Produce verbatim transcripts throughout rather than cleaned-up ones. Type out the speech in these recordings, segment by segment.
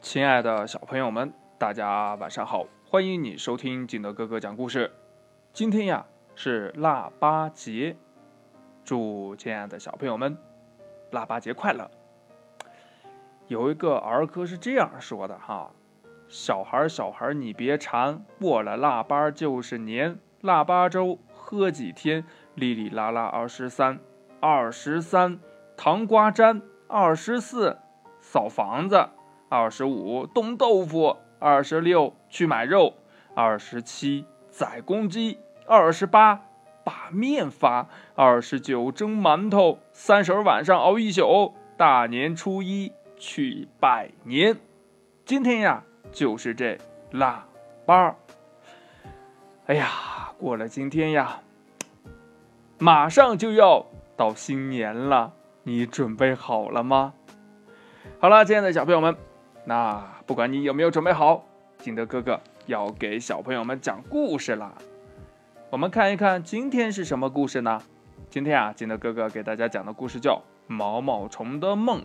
亲爱的小朋友们，大家晚上好，欢迎你收听金德哥哥讲故事。今天呀是腊八节，祝亲爱的小朋友们腊八节快乐。有一个儿歌是这样说的哈：小孩小孩你别馋，过了腊八就是年，腊八粥喝几天，哩哩啦啦二十三，二十三糖瓜粘，二十四扫房子，二十五冻豆腐，二十六去买肉，二十七宰公鸡，二十八把面发，二十九蒸馒头，三十晚上熬一宿，大年初一去拜年。今天呀就是这腊八。哎呀，过了今天呀，马上就要到新年了，你准备好了吗？好了，亲爱的小朋友们，那不管你有没有准备好，金德哥哥要给小朋友们讲故事了。我们看一看今天是什么故事呢？今天啊，金德哥哥给大家讲的故事叫《毛毛虫的梦》。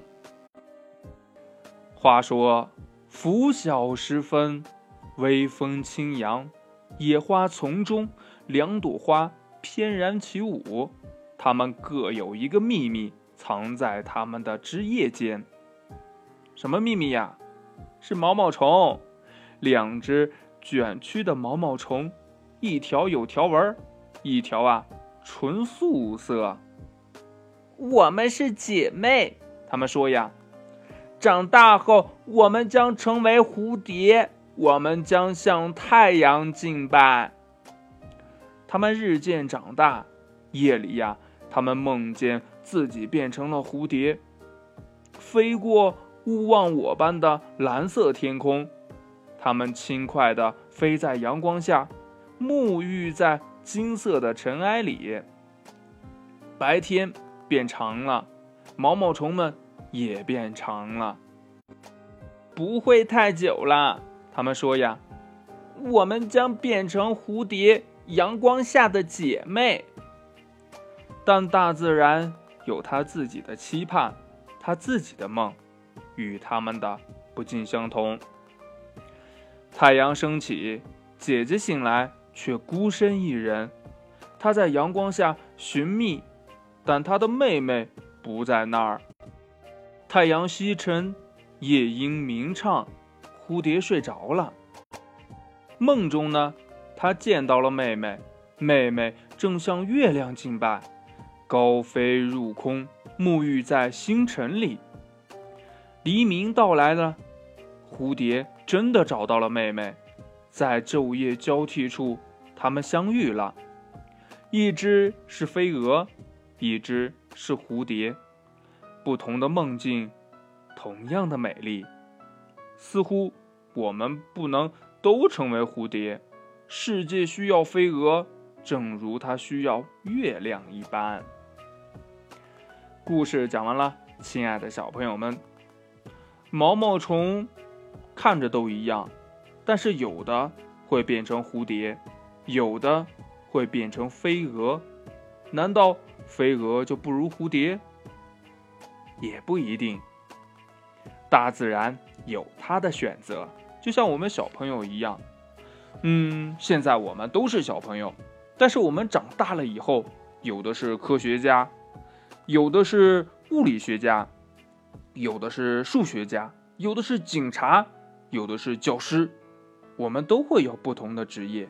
话说拂晓时分，微风轻扬，野花丛中两朵花翩然起舞，它们各有一个秘密藏在它们的枝叶间。什么秘密呀？是毛毛虫，两只卷曲的毛毛虫，一条有条纹，一条啊纯素色。我们是姐妹，她们说呀，长大后我们将成为蝴蝶，我们将向太阳敬拜。她们日渐长大，夜里呀，她们梦见自己变成了蝴蝶，飞过勿忘我般的蓝色天空，它们轻快地飞在阳光下，沐浴在金色的尘埃里。白天变长了，毛毛虫们也变长了。不会太久了，他们说呀，我们将变成蝴蝶，阳光下的姐妹。但大自然有它自己的期盼，它自己的梦，与他们的不尽相同。太阳升起，姐姐醒来却孤身一人，她在阳光下寻觅，但她的妹妹不在那儿。太阳西沉，夜莺鸣唱，蝴蝶睡着了。梦中呢，她见到了妹妹，妹妹正向月亮敬拜，高飞入空，沐浴在星辰里。黎明到来了，蝴蝶真的找到了妹妹，在昼夜交替处，它们相遇了。一只是飞蛾，一只是蝴蝶，不同的梦境，同样的美丽。似乎我们不能都成为蝴蝶，世界需要飞蛾，正如它需要月亮一般。故事讲完了，亲爱的小朋友们，毛毛虫看着都一样，但是有的会变成蝴蝶，有的会变成飞蛾。难道飞蛾就不如蝴蝶？也不一定。大自然有它的选择，就像我们小朋友一样。嗯，现在我们都是小朋友，但是我们长大了以后，有的是科学家，有的是物理学家，有的是数学家，有的是警察，有的是教师，我们都会有不同的职业。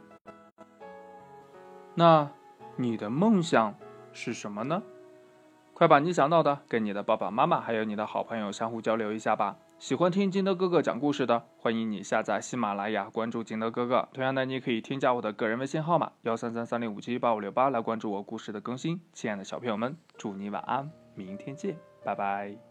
那你的梦想是什么呢？快把你想到的跟你的爸爸妈妈还有你的好朋友相互交流一下吧。喜欢听金德哥哥讲故事的，欢迎你下载喜马拉雅，关注金德哥哥。同样的，你也可以添加我的个人微信号码幺三三三零五七八五六八来关注我故事的更新。亲爱的小朋友们，祝你晚安，明天见，拜拜。